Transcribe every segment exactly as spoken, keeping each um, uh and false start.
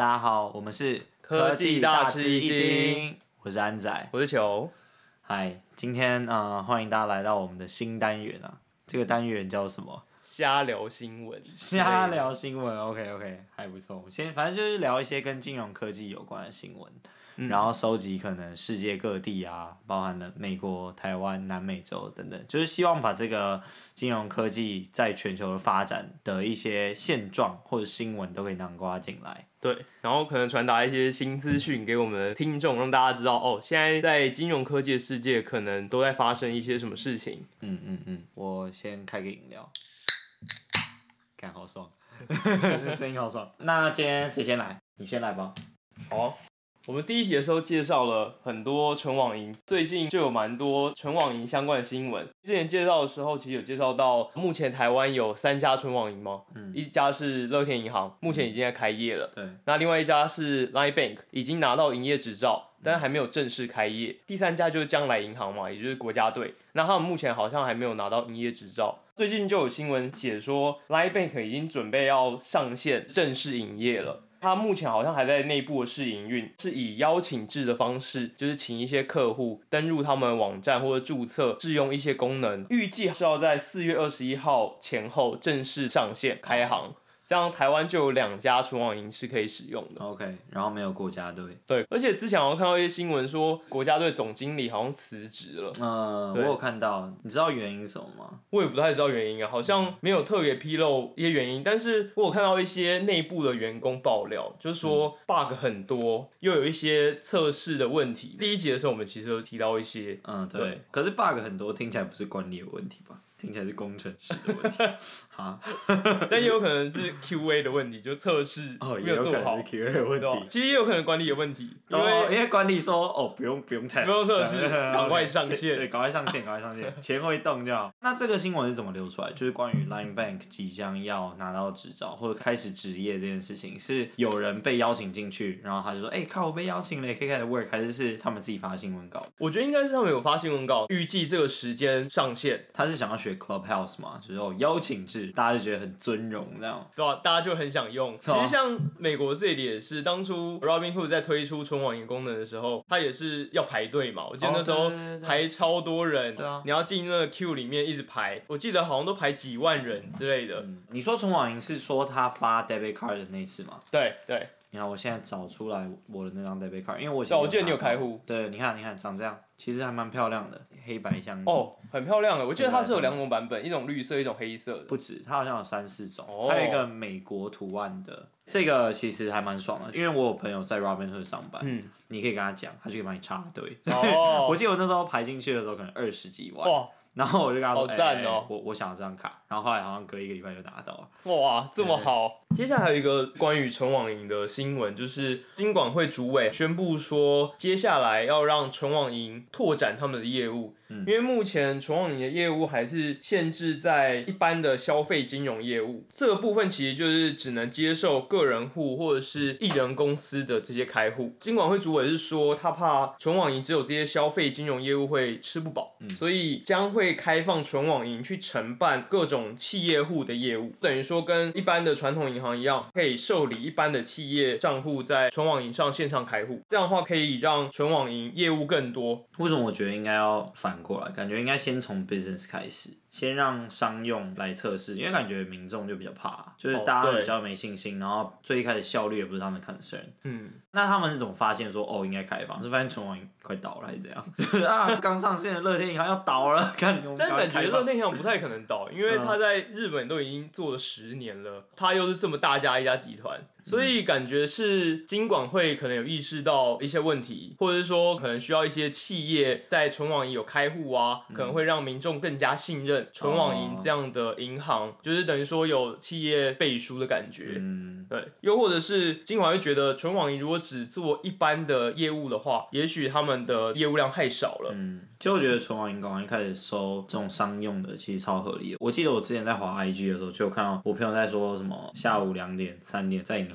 家好，我们是科技大吃一惊， 我是安仔， 我是球。 嗨，今天呃，欢迎大家来到我们的新单元啊。这个单元叫什么？ 瞎聊新闻。 瞎聊新闻 ，OK OK， 还不错。我们先反正就是聊一些跟金融科技有关的新闻。嗯、然后收集可能世界各地啊，包含了美国、台湾、南美洲等等，就是希望把这个金融科技在全球的发展的一些现状或者新闻都可以囊括进来。 对，然后可能传达一些新资讯给我们的听众，让大家知道哦，现在在金融科技的世界可能都在发生一些什么事情。 嗯嗯嗯，我先开个饮料，看好爽，声音好爽。那今天谁先来？你先来吧。 好。我们第一集的时候介绍了很多纯网银，最近就有蛮多纯网银相关的新闻。之前介绍的时候，其实有介绍到，目前台湾有三家纯网银嘛，嗯，一家是乐天银行，目前已经在开业了， 对。 那另外一家是 Line Bank， 已经拿到营业执照，但是还没有正式开业。第三家就是将来银行嘛，也就是国家队，那他们目前好像还没有拿到营业执照。最近就有新闻写说 Line Bank 已经准备要上线正式营业了。他目前好像还在内部的试营运，是以邀请制的方式，就是请一些客户登入他们网站或者注册，试用一些功能。预计是要在四月二十一号前后正式上线开行。这样台湾就有两家纯网银是可以使用的。 OK， 然后没有国家队。 对，而且之前好像看到一些新闻说，国家队总经理好像辞职了。 嗯，我有看到，你知道原因是什么吗？ 我也不太知道原因啊，好像没有特别披露一些原因，但是我有看到一些内部的员工爆料，就是说 bug 很多，又有一些测试的问题。第一集的时候我们其实有提到一些， 嗯，对。对，可是 bug 很多，听起来不是管理的问题吧？听起来是工程师的问题，哈， 但也有可能是 Q A 的问题，就测试没有做好， 哦、也有可能是 Q A 的问题。 其实也有可能管理的问题，因为、 哦、因为管理说哦不用不用 test， 不用测试，赶快上线， 赶快上线，赶快上线，钱会动就好。那这个新闻是怎么流出来？就是关于 Line Bank 即将要拿到执照或者开始执业这件事情，是有人被邀请进去，然后他就说，哎、欸，靠，我被邀请了，可以开始 work， 还是是他们自己发新闻稿？ 我觉得应该是他们有发新闻稿，预计这个时间上线。 他是想要学 Clubhouse 嘛？就是哦邀请制，大家就觉得很尊荣这样， 对啊，大家就很想用。其实像美国这里也是，当初 Robinhood 在推出纯网银功能的时候，他也是要排队嘛。我记得那时候排超多人，对啊，你要进那个 queue 里面一直排，我记得好像都排几万人之类的。 嗯、你说纯网银是说他发 debit card 的那次吗？ 对对。 你看，我现在找出来我的那张 debit card， 因为我对，我记得你有开户。 对，你看，你看，长这样，其实还蛮漂亮的，黑白相。 哦，很漂亮的。我记得它是有两种版本，一种绿色，一种黑色的。 不止，它好像有三四种，哦、还有一个美国图案的。这个其实还蛮爽的，因为我有朋友在 Robinhood 上班，嗯，你可以跟他讲，他就可以帮你插队。哦，我记得我那时候排进去的时候可能二十几万。哇！然后我就跟他说：“好赞哦、欸欸，我我想要这张卡。”然后后来好像隔一个礼拜就拿到了。 哇，这么好！接下来还有一个关于纯网银的新闻，就是金管会主委宣布说，接下来要让纯网银拓展他们的业务。嗯、因为目前纯网银的业务还是限制在一般的消费金融业务，这个部分其实就是只能接受个人户或者是艺人公司的这些开户。金管会主委是说，他怕纯网银只有这些消费金融业务会吃不饱，嗯、所以将会开放纯网银去承办各种企业户的业务，等于说跟一般的传统银行一样，可以受理一般的企业账户在纯网银上线上开户。这样的话可以让纯网银业务更多。 为什么我觉得应该要反过来？感觉应该先从 business 开始，先让商用来测试，因为感觉民众就比较怕，就是大家比较没信心，然后最一开始效率也不是他们 concern。嗯，那他们是怎么发现说哦应该开放？是发现纯网银快倒了还是怎样？就是啊，刚上线的乐天银行要倒了，看我们但感觉乐天银行不太可能倒，因为他在日本都已经做了十年了，他又是这么大家一家集团。所以感觉是金管会可能有意识到一些问题，或者是说可能需要一些企业在纯网银有开户啊，可能会让民众更加信任纯网银这样的银行，就是等于说有企业背书的感觉。嗯，对。又或者是金管会觉得纯网银如果只做一般的业务的话，也许他们的业务量太少了。 嗯，其实我觉得纯网银刚刚一开始收这种商用的，其实超合理的。我记得我之前在滑 I G 的时候，就有看到我朋友在说什么下午两点、三点在银行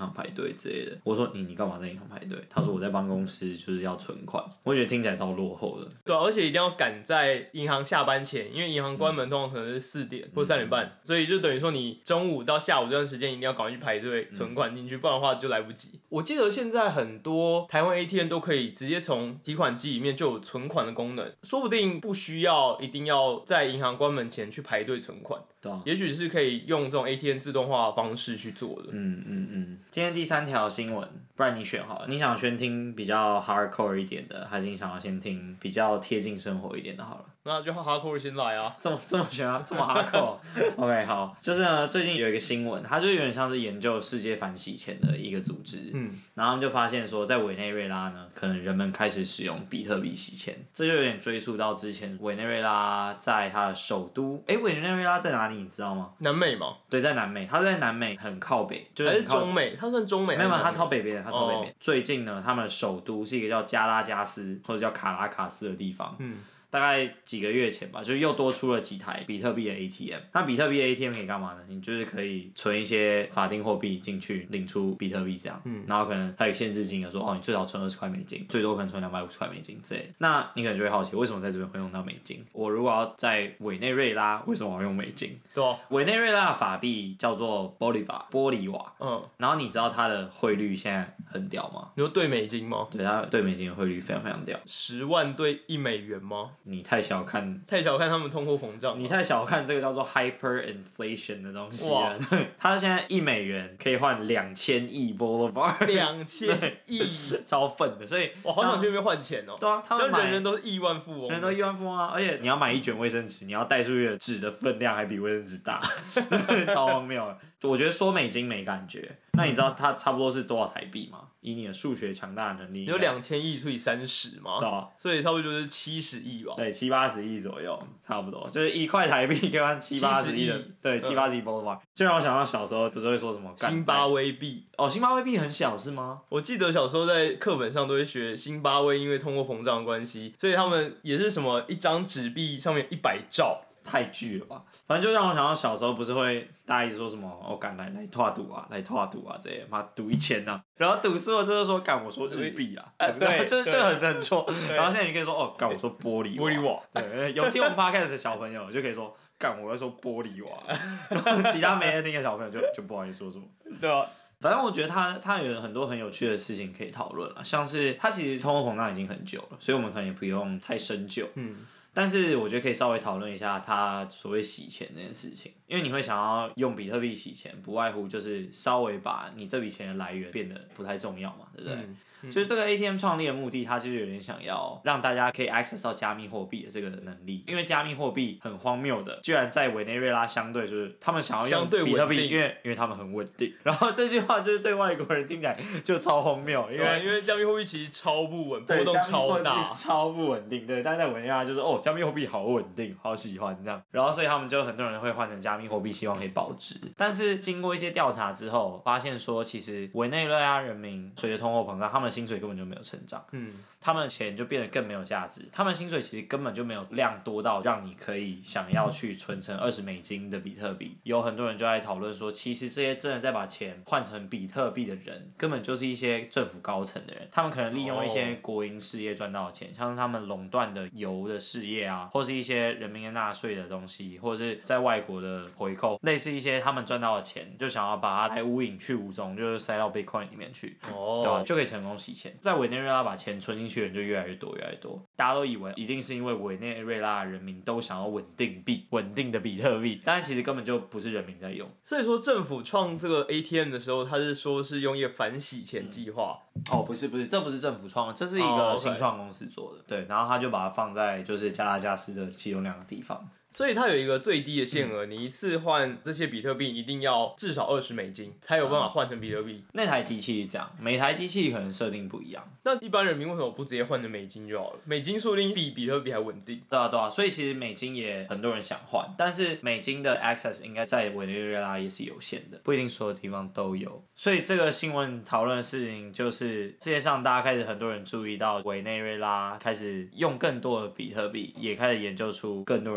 行排队之类的。我说你你干嘛在银行排队？他说我在帮公司就是要存款。我觉得听起来超落后的。 对啊，而且一定要赶在银行下班前，因为银行关门通常可能是四点或三点半，嗯、所以就等于说你中午到下午这段时间一定要赶快去排队存款进去，嗯、不然的话就来不及。我记得现在很多台湾 A T M 都可以直接从提款机里面就有存款的功能，说不定不需要一定要在银行关门前去排队存款。 对啊， 也许是可以用这种 A T M 自动化的方式去做的。 嗯嗯嗯。今天第三条新闻，不然你选好了。你想先听比较 hardcore 一点的，还是你想要先听比较贴近生活一点的？好了。 那就 hardcore 先来啊。 这么这么选啊，这么 hardcore 。OK， 好，就是呢，最近有一个新闻，它就有点像是研究世界反洗钱的一个组织。嗯。然后他们就发现说，在委内瑞拉呢，可能人们开始使用比特币洗钱，这就有点追溯到之前委内瑞拉在它的首都，哎，委内瑞拉在哪里？你知道吗？ 南美吗？ 对，在南美，它在南美很靠北，就是还是中美，它算中美？ 没有，它超北边的，它超北边。哦、最近呢，他们的首都是一个叫加拉加斯或者叫卡拉卡斯的地方。嗯。大概几个月前吧，就又多出了几台比特币的 A T M。那比特币的 A T M 可以干嘛呢？你就是可以存一些法定货币进去，领出比特币这样。嗯。然后可能还有限制金额说，哦，你最少存二十块美金，最多可能存两百五十块美金之类的。那你可能就会好奇，为什么在这边会用到美金？我如果要在委内瑞拉，为什么我要用美金？ 对啊。 委内瑞拉的法币叫做 Bolivar， 玻利瓦。嗯。然后你知道它的汇率现在很屌吗？ 你说对美金吗？ 对，它对美金的汇率非常非常屌。 十万对一美元吗？ 你太小看。 太小看他们通货膨胀， 你太小看这个叫做 hyperinflation 的东西了。它现在一美元可以换两千亿 Bolivar， 两千亿， 超愤的。所以我好想去那边换钱哦。 对啊，他们人人都是亿万富翁， 人人都亿万富翁啊！而且你要买一卷卫生纸，你要带出去的纸的分量还比卫生纸大，超荒谬的。我觉得说美金没感觉，那你知道它差不多是多少台币吗？以你的数学强大的能力， 有两千亿除以三十吗？ 对啊， 所以差不多就是七十亿吧。 对，七八十亿左右，差不多，就是一块台币可以换七八十亿的，对，七八十亿 Bolivar。就让我想到小时候不是会说什么辛巴威币哦，辛巴威币很小是吗？ 我记得小时候在课本上都会学辛巴威，因为通货膨胀的关系，所以他们也是什么一张纸币上面一百兆。 太巨了吧！反正就让我想到小时候不是会大家一直说什么哦，敢来来拓赌啊，来拓赌啊这些，妈赌一千呐，然后赌输了之后说干我说日币啊， 呃、对， 就就很很错。然后现在你可以说哦，干我说玻璃玻璃瓦， 对，有听我们 podcast 的小朋友就可以说干我要说玻璃瓦，然后其他没人听的小朋友就就不好意思说什么， 对啊。 反正我觉得他他有很多很有趣的事情可以讨论了，像是他其实通货膨胀已经很久了，所以我们可能也不用太深究。嗯。但是我觉得可以稍微讨论一下他所谓洗钱这件事情，因为你会想要用比特币洗钱，不外乎就是稍微把你这笔钱的来源变得不太重要嘛，对不对？嗯所以这个 A T M 创立的目的，它就是有点想要让大家可以 access 到加密货币的这个能力，因为加密货币很荒谬的，居然在委内瑞拉相对就是他们想要用比特币，因为因为他们很稳定。然后这句话就是对外国人听起来就超荒谬，因为因为加密货币其实超不稳，波动超大， 超不稳定。对，但是在委内瑞拉就是哦，加密货币好稳定，好喜欢这样。然后所以他们就很多人会换成加密货币，希望可以保值。但是经过一些调查之后，发现说其实委内瑞拉人民随着通货膨胀，他们的薪水根本就没有成长，嗯，他们的钱就变得更没有价值，他们薪水其实根本就没有量多到让你可以想要去存成二十美金的比特币。有很多人就在讨论说，其实这些真的在把钱换成比特币的人，根本就是一些政府高层的人，他们可能利用一些国营事业赚到的钱，像是他们垄断的油的事业啊，或是一些人民的纳税的东西，或者是在外国的回扣，类似一些他们赚到的钱，就想要把它来无影去无踪，就是塞到 Bitcoin 里面去，哦，对吧？就可以成功洗钱。在委内瑞拉把钱存进去的人就越来越多，越来越多。大家都以为一定是因为委内瑞拉的人民都想要稳定币、稳定的比特币，但是其实根本就不是人民在用。 所以说，政府创这个 A T M 的时候，他是说是用一个反洗钱计划。 嗯、哦，不是不是，这不是政府创的，这是一个新创公司做的。Oh, okay. 对，然后他就把它放在就是加拉加斯的其中两个地方。 所以它有一个最低的限额，嗯、你一次换这些比特币一定要至少二十美金，才有办法换成比特币。 嗯、那台机器是这样，每台机器可能设定不一样。 那一般人民为什么不直接换成美金就好了？美金说不定比比特币还稳定。 对啊对啊，所以其实美金也很多人想换，但是美金的 access 应该在委内瑞拉也是有限的，不一定所有地方都有。所以这个新闻讨论的事情就是，世界上大家开始很多人注意到委内瑞拉开始用更多的比特币，也开始研究出更多人是用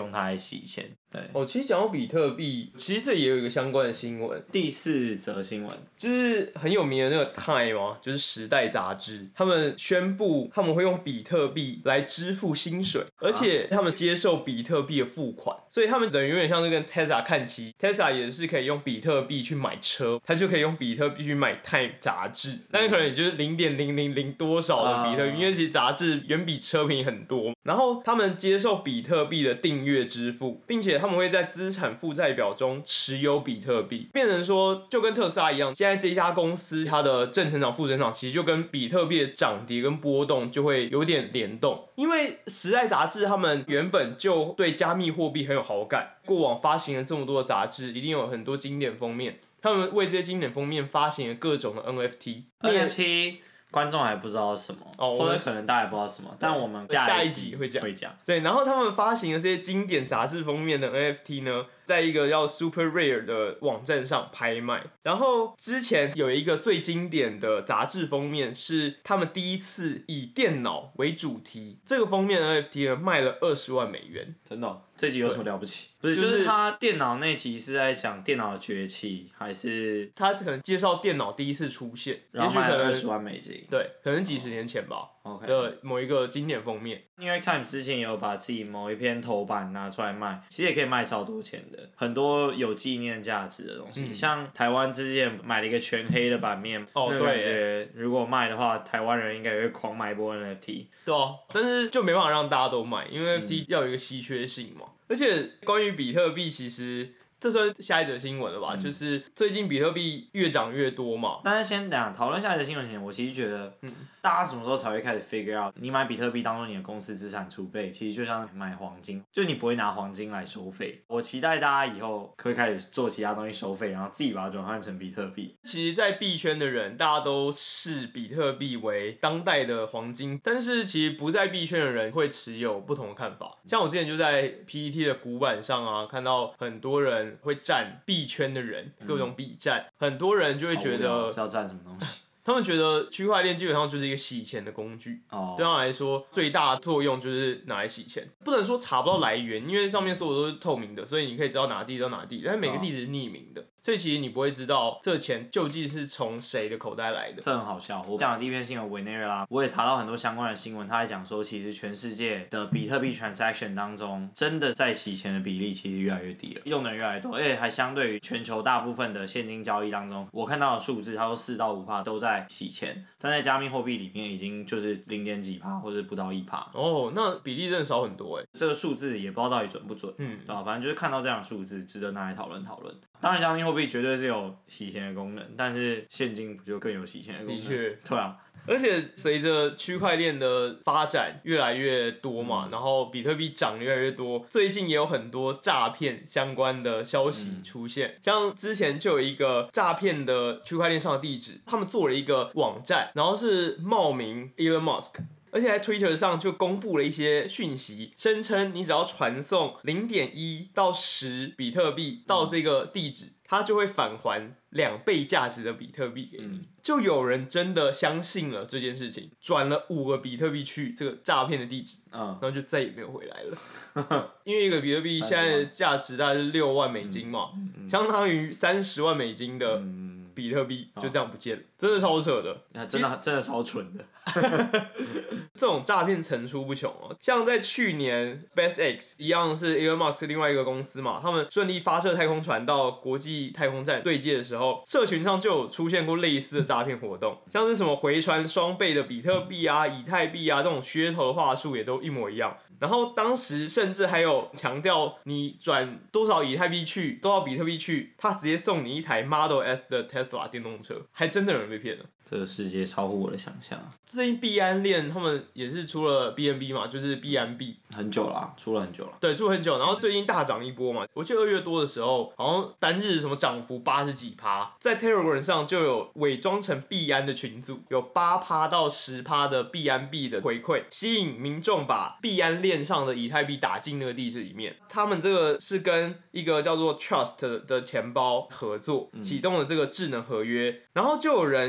用它来洗钱。对， 哦，其实讲到比特币，其实这也有一个相关的新闻。 第四则新闻就是很有名的那个 Time 啊，就是时代杂志，他们宣布他们会用比特币来支付薪水，而且他们接受比特币的付款，所以他们等于有点像是跟 Tesla 看齐 ，Tesla 也是可以用比特币去买车，他就可以用比特币去买 Time 杂志，但是可能也就是零点零零零多少的比特币，因为其实杂志远比车便宜很多。然后他们接受比特币的订阅支付，并且他们会在资产负债表中持有比特币，变成说就跟特斯拉一样，现在这一家公司它的正成长、负成长，其实就跟比特币的涨跌跟波动就会有点联动。因为时代杂志他们原本就对加密货币很有好感，过往发行了这么多的杂志，一定有很多经典封面，他们为这些经典封面发行了各种的 N F T。N F T 观众还不知道是什么， 哦、 或者可能大家也不知道是什么，但我们下一集会讲。 会讲。 对，然后他们发行的这些经典杂志封面的 N F T 呢，在一个叫 Super Rare 的网站上拍卖。然后之前有一个最经典的杂志封面是他们第一次以电脑为主题，这个封面 N F T 呢卖了二十万美元。 真的、哦？这集有什么了不起？不是，就是他电脑那集是在讲电脑的崛起，还是他可能介绍电脑第一次出现， 然后卖了二十万美金？ 对，可能几十年前吧。 OK 的某一个经典封面。 New York Times 之前也有把自己某一篇头版拿出来卖，其实也可以卖超多钱的，很多有纪念价值的东西。嗯、像台湾之前买了一个全黑的版面， 哦， 那感觉如果卖的话，台湾人应该也会狂买一波 N F T。 对啊，但是就没办法让大家都买，因为 N F T 要有一个稀缺性嘛。嗯、而且关于比特币，其实。这算下一则新闻了吧？嗯、就是最近比特币越涨越多嘛。 但是先等讨论下一则新闻前，我其实觉得，嗯，大家什么时候才会开始 figure out， 你买比特币当做你的公司资产储备，其实就像买黄金，就你不会拿黄金来收费。我期待大家以后可以开始做其他东西收费，然后自己把它转换成比特币。 其实，在币圈的人，大家都视比特币为当代的黄金，但是其实不在币圈的人会持有不同的看法。像我之前就在 P T T 的股板上啊，看到很多人会站币圈的人，各种比战，嗯、很多人就会觉得是要站什么东西。 他们觉得区块链基本上就是一个洗钱的工具，哦、对他们来说最大的作用就是拿来洗钱。不能说查不到来源，因为上面所有都是透明的，所以你可以知道哪个地址到哪个地址，但是每个地址是匿名的。哦，所以其实你不会知道这钱究竟是从谁的口袋来的。 这很好笑。我讲的第一篇新闻委内瑞拉，我也查到很多相关的新闻，他在讲说，其实全世界的比特币 transaction 当中，真的在洗钱的比例其实越来越低了，用的人越来越多，而且还相对于全球大部分的现金交易当中，我看到的数字，他说四到五趴都在洗钱，但在加密货币里面已经就是零点几趴或者不到一趴。 哦，那比例真的少很多哎。 这个数字也不知道到底准不准，嗯，对吧？反正就是看到这样的数字，值得拿来讨论讨论。当然，加密货币绝对是有洗钱的功能，但是现金不就更有洗钱的功能？ 的确， 对啊。 而且随着区块链的发展越来越多嘛，嗯、然后比特币涨越来越多，最近也有很多诈骗相关的消息出现。嗯、像之前就有一个诈骗的区块链上的地址，他们做了一个网站，然后是冒名 Elon Musk。而且在 Twitter 上就公布了一些讯息，声称你只要传送 零点一 到十比特币到这个地址，它就会返还两倍价值的比特币给你。嗯、就有人真的相信了这件事情，转了五个比特币去这个诈骗的地址，嗯、然后就再也没有回来了。因为一个比特币现在的价值大概是六万美金嘛，嗯嗯、相当于三十万美金的比特币就这样不见了，真的超扯的， 真的真的超蠢的。 这种诈骗层出不穷哦，像在去年 SpaceX 一样是 Elon Musk 另外一个公司嘛，他们顺利发射太空船到国际太空站对接的时候，社群上就有出现过类似的诈骗活动，像是什么回传双倍的比特币啊、以太币啊这种噱头的话术也都一模一样。然后当时甚至还有强调，你转多少以太币去，多少比特币去，他直接送你一台 Model S 的 Tesla 电动车，还真的有人被骗了。 这个世界超乎我的想象。 最近币安链他们也是出了 B N B 嘛，就是币安币， 很久了、啊，出了很久了。 对，出了很久，然后最近大涨一波嘛。我记得二月多的时候，好像单日什么涨幅八十几趴，在 Telegram 上就有伪装成币安的群组，有八趴到十趴的币安币的回馈，吸引民众把币安链上的以太币打进那个地址里面。他们这个是跟一个叫做 Trust 的钱包合作，启动了这个智能合约，然后就有人一开始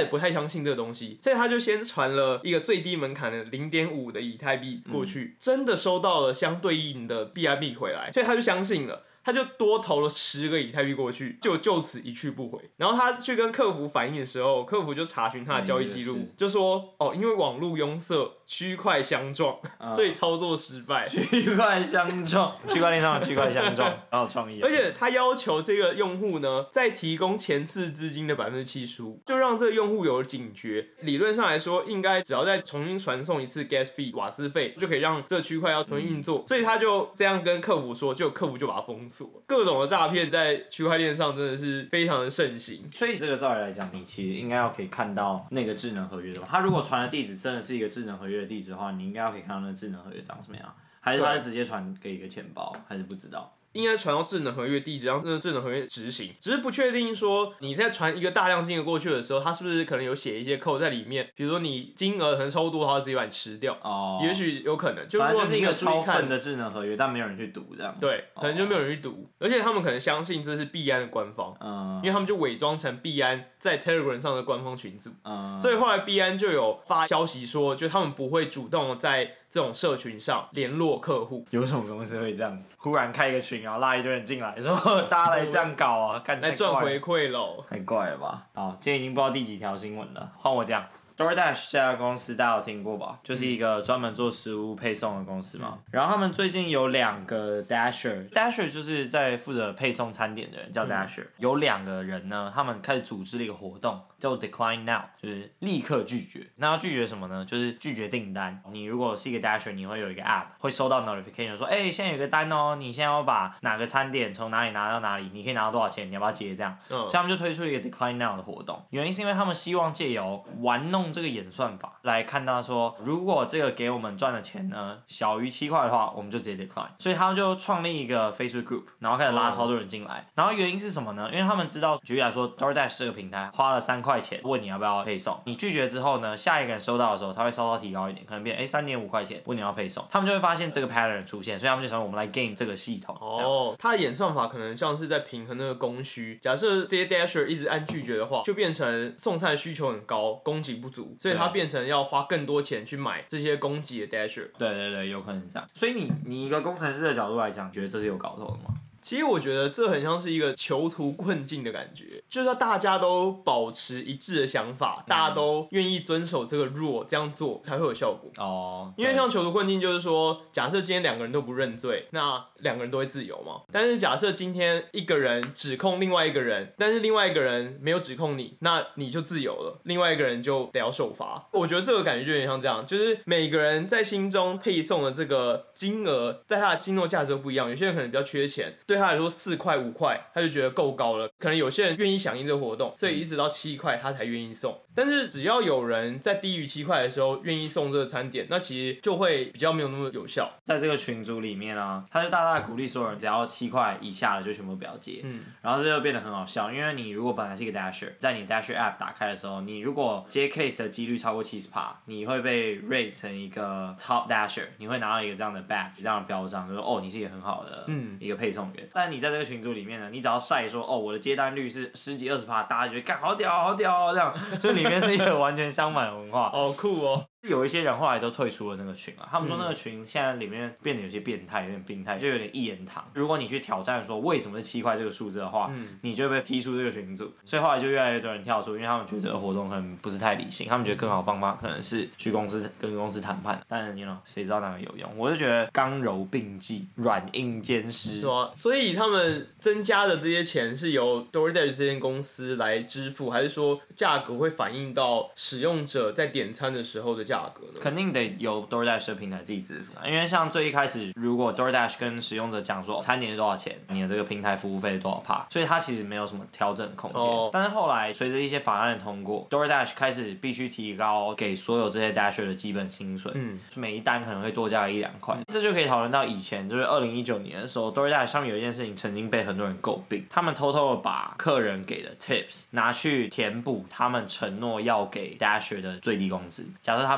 始不太相信这个东西，所以他就先传了一个最低门槛的 零点五 的以太币过去，嗯、真的收到了相对应的 B I B 回来，所以他就相信了。他就多投了十个以太币过去，就就此一去不回。然后他去跟客服反映的时候，客服就查询他的交易记录，就说哦，因为网络拥塞，区块相撞，嗯、所以操作失败。 区块相撞，区块链上的区块相撞，好有创意。 而且他要求这个用户呢，再提供前次资金的百分之七十五，就让这个用户有了警觉。理论上来说，应该只要再重新传送一次 gas fee 瓦斯费，就可以让这个区块要重新运作。嗯、所以他就这样跟客服说，就客服就把它封锁。各种的诈骗在区块链上真的是非常的盛行， 所以这个照理来讲，你其实应该要可以看到那个智能合约的嘛。他如果传的地址真的是一个智能合约的地址的话，你应该要可以看到那个智能合约长什么样，还是他是直接传给一个钱包，还是不知道？ 应该传到智能合约地址，让这个智能合约执行。只是不确定说你在传一个大量金额过去的时候，它是不是可能有写一些code在里面，比如说你金额可能超多，它直接把你吃掉。哦，也许有可能。就反正就是一个超份的智能合约，但没有人去读这样。 对，可能就没有人去读，而且他们可能相信这是币安的官方，嗯，因为他们就伪装成币安在 Telegram 上的官方群组，嗯，所以后来币安就有发消息说，就他们不会主动在这种社群上联络客户。 有什么公司会这样忽然开一个群，然后拉一堆人进来，说大家来这样搞啊，看来赚回馈喽？ 太怪了吧！好，今天已经不知道第几条新闻了，换我讲。DoorDash 这家公司大家有听过吧？就是一个专门做食物配送的公司嘛。然后他们最近有两个 Dasher，Dasher 就是在负责配送餐点的人叫 Dasher。嗯、有两个人呢，他们开始组织了一个活动，叫 Decline Now， 就是立刻拒绝。那要拒绝什么呢？就是拒绝订单。你如果是一个 Dasher， 你会有一个 App 会收到 notification 说，哎、欸，现在有个单哦，你现在要把哪个餐点从哪里拿到哪里，你可以拿到多少钱，你要不要接这样？嗯、所以他们就推出了一个 Decline Now 的活动。原因是因为他们希望借由玩弄这个演算法来看到说，如果这个给我们赚的钱呢小于七块的话，我们就直接 decline。所以他们就创立一个 Facebook group， 然后开始拉超多人进来。然后原因是什么呢？因为他们知道，举例来说 ，DoorDash 这个平台花了三块钱问你要不要配送，你拒绝之后呢，下一个人收到的时候，他会稍稍提高一点，可能变哎三点五块钱问你要配送，他们就会发现这个 pattern 出现，所以他们就想我们来 game 这个系统。 哦，它的演算法可能像是在平衡那个供需。假设这些 Dasher 一直按拒绝的话，就变成送餐需求很高，供给不足，所以它变成要花更多钱去买这些供给的 Dasher。 对对对，有可能是这样。所以你你一个工程师的角度来讲，觉得这是有搞头的吗？ 其实我觉得这很像是一个囚徒困境的感觉，就是要大家都保持一致的想法，嗯、大家都愿意遵守这个 rule， 这样做才会有效果。哦，因为像囚徒困境就是说，假设今天两个人都不认罪，那两个人都会自由嘛。但是假设今天一个人指控另外一个人，但是另外一个人没有指控你，那你就自由了，另外一个人就得要受罚。我觉得这个感觉就有点像这样，就是每个人在心中配送的这个金额，在他的心中价值都不一样。有些人可能比较缺钱，对他来说四块五块他就觉得够高了，可能有些人愿意响应这个活动，所以一直到七块他才愿意送。但是只要有人在低于七块的时候愿意送这个餐点，那其实就会比较没有那么有效。 在这个群组里面啊，他就大大鼓励所有人只要七块以下的就全部不要接。嗯，然后这就变得很好笑，因为你如果本来是一个 Dasher， 在你 Dasher App 打开的时候，你如果接 case 的几率超过 百分之七十， 你会被 rate 成一个 Top Dasher， 你会拿到一个这样的 badge， 这样的标章，就是说哦你是一个很好的一个配送员。嗯、但你在这个群组里面呢，你只要晒说哦我的接单率是十几二十趴，大家觉得干好屌好屌哦，这样就里面是一个完全相反的文化， 好酷哦。 有一些人后来都退出了那个群啊，他们说那个群现在里面变得有些变态，有点病态，就有点一言堂。如果你去挑战说为什么是七块这个数字的话，嗯、你就会被踢出这个群组。所以后来就越来越多人跳出，因为他们觉得这个活动可能不是太理性，他们觉得更好的方法可能是去公司跟公司谈判。但 you know 谁知道哪个有用？我就觉得刚柔并济，软硬兼施。 是啊，所以他们增加的这些钱是由 DoorDash 这间公司来支付，还是说价格会反映到使用者在点餐的时候的价格呢？ 肯定得由 DoorDash 的平台自己支付，因为像最一开始，如果 DoorDash 跟使用者讲说餐点是多少钱，你的这个平台服务费是多少趴，所以它其实没有什么调整的空间。Oh. 但是后来随着一些法案的通过 ，DoorDash 开始必须提高给所有这些 Dasher 的基本薪水，嗯，每一单可能会多加一两块，这就可以讨论到以前就是二零一九年的时候 ，DoorDash 上面有一件事情曾经被很多人诟病，他们偷偷的把客人给的 tips 拿去填补他们承诺要给 Dasher 的最低工资。假设他们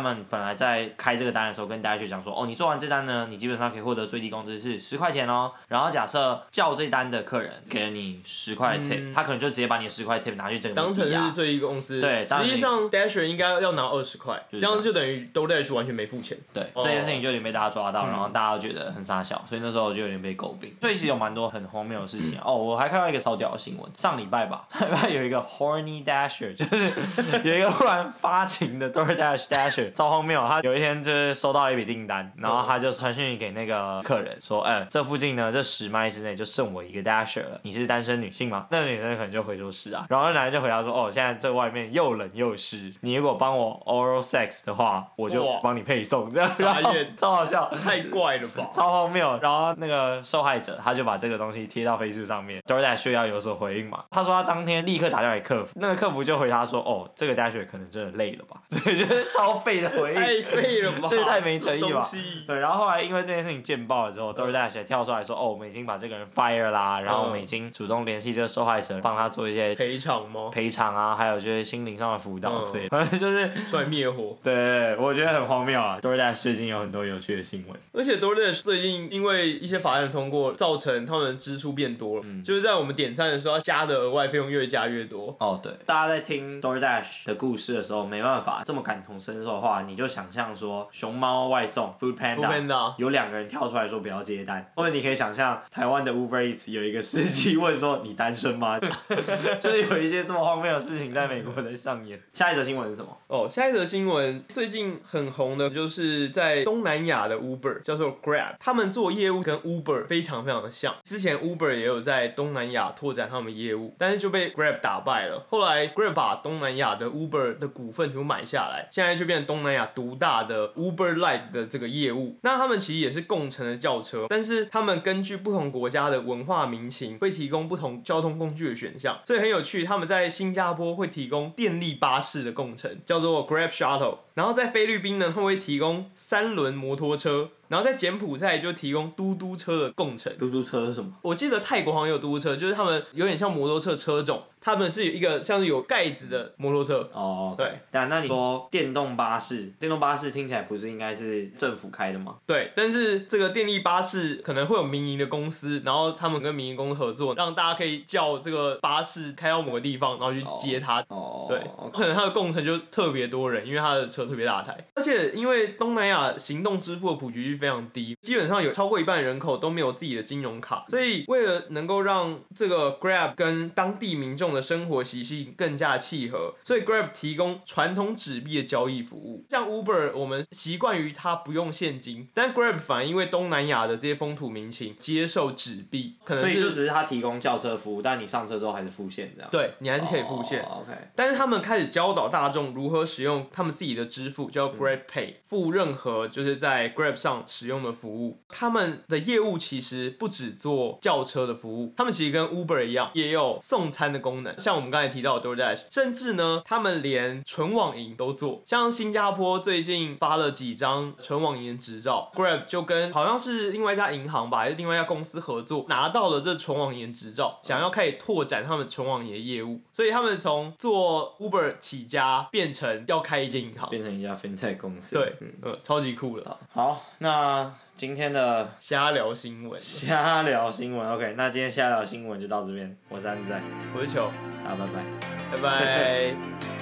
们本来在开这个单的时候跟大家去讲说，哦，你做完这单呢，你基本上可以获得最低工资是十块钱哦。然后假设叫这单的客人给了你十块的 tip，、嗯、他可能就直接把你的十块 tip 拿去整个当成是最低工资。对，实际上 Dasher 应该要拿二十块，这样就等于 DoorDash 完全没付钱。 对，哦、这件事情就有点被大家抓到，然后大家都觉得很傻小，所以那时候就有点被诟病。所以其实有蛮多很荒谬的事情、啊、哦，我还看到一个超屌的新闻，上礼拜吧，上礼拜有一个 horny dasher， 就是有一个忽然发情的 DoorDash dasher， 超荒谬。他有一天就是收到了一笔订单，然后他就传讯给那个客人说，哎、欸，这附近呢这十迈之内就剩我一个 dasher 了，你是单身女性吗？那个女生可能就回说是啊，然后那男人就回答说，哦，现在这外面又冷又湿，你如果帮我 oral sex 的话，我就帮你配送，这样傻眼， 超好笑， 太怪了吧， 超荒谬。然后那个受害者他就把这个东西贴到 Facebook 上面 ，DoorDash 要有所回应嘛。他说他当天立刻打电话给客服，那个客服就回他说，哦，这个 Dasher 可能真的累了吧，所以就是超废的回应， 太废了吧， 这太没诚意吧。对，然后后来因为这件事情见报了之后、嗯、，DoorDash 跳出来说，哦，我们已经把这个人 fire 啦，然后我们已经主动联系这个受害者，帮他做一些赔偿吗？ 赔偿啊，还有就是心灵上的辅导之类的，反正就是出来灭火。 对，我觉得很荒谬啊。DoorDash 最近有很多有趣的新闻， 而且 DoorDash 最近因为一些法案通过，造成他们的支出变多了、嗯，就是在我们点餐的时候，加的额外费用越加越多。 哦，对，大家在听 DoorDash 的故事的时候，没办法这么感同身受的话，你就想象说熊猫外送 Food Panda, Food Panda 有两个人跳出来说不要接单，或者你可以想象台湾的 Uber Eats 有一个司机问说你单身吗？就是有一些这么荒谬的事情在美国在上演。下一则新闻是什么？ 哦，下一则新闻最近很红的就是在东南亚的 Uber 叫做 Grab， 他们做业务跟 Uber 非常非常的像。之前 Uber 也有在东南亚拓展他们业务，但是就被 Grab 打败了。后来 Grab 把东南亚的 Uber 的股份全部买下来，现在就变成东南亚独大的 Uber Lite 的这个业务。那他们其实也是共乘的轿车，但是他们根据不同国家的文化民情，会提供不同交通工具的选项。所以很有趣，他们在新加坡会提供电力巴士的共乘，叫做 Grab Shuttle。然后在菲律宾呢，他们会提供三轮摩托车。然后在柬埔寨就提供嘟嘟车的共乘。 嘟嘟车是什么？ 我记得泰国好像有嘟嘟车，就是他们有点像摩托车车种，他们是有一个像是有盖子的摩托车。 哦， okay. 对。但那你说电动巴士，电动巴士听起来不是应该是政府开的吗？ 对，但是这个电力巴士可能会有民营的公司，然后他们跟民营公司合作，让大家可以叫这个巴士开到某个地方，然后去接它。 哦， 对， okay. 可能它的共乘就特别多人，因为它的车特别大台，而且因为东南亚行动支付的普及率非常低，基本上有超过一半的人口都没有自己的金融卡，所以为了能够让这个 Grab 跟当地民众的生活习性更加契合，所以 Grab 提供传统纸币的交易服务。像 Uber 我们习惯于它不用现金，但 Grab 反而因为东南亚的这些风土民情接受纸币，可能所以就只是它提供轿车服务，但你上车之后还是付现这样。 对，你还是可以付现。 oh, OK。 但是他们开始教导大众如何使用他们自己的支付，叫 Grab Pay，、嗯、付任何就是在 Grab 上使用的服务。他们的业务其实不只做轿车的服务，他们其实跟 Uber 一样，也有送餐的功能。像我们刚才提到的 DoorDash， 甚至呢，他们连纯网银都做。像新加坡最近发了几张纯网银的执照 ，Grab 就跟好像是另外一家银行吧，还是另外一家公司合作，拿到了这纯网银执照，想要开始拓展他们纯网银的业务。所以他们从做 Uber 起家，变成要开一间银行， 变成一家 FinTech 公司。 对，嗯，呃、超级酷的。 好，那今天的瞎聊新闻， 瞎聊新闻 ，OK， 那今天瞎聊新闻就到这边。我是安仔， 我是球， 好，拜拜， 拜拜。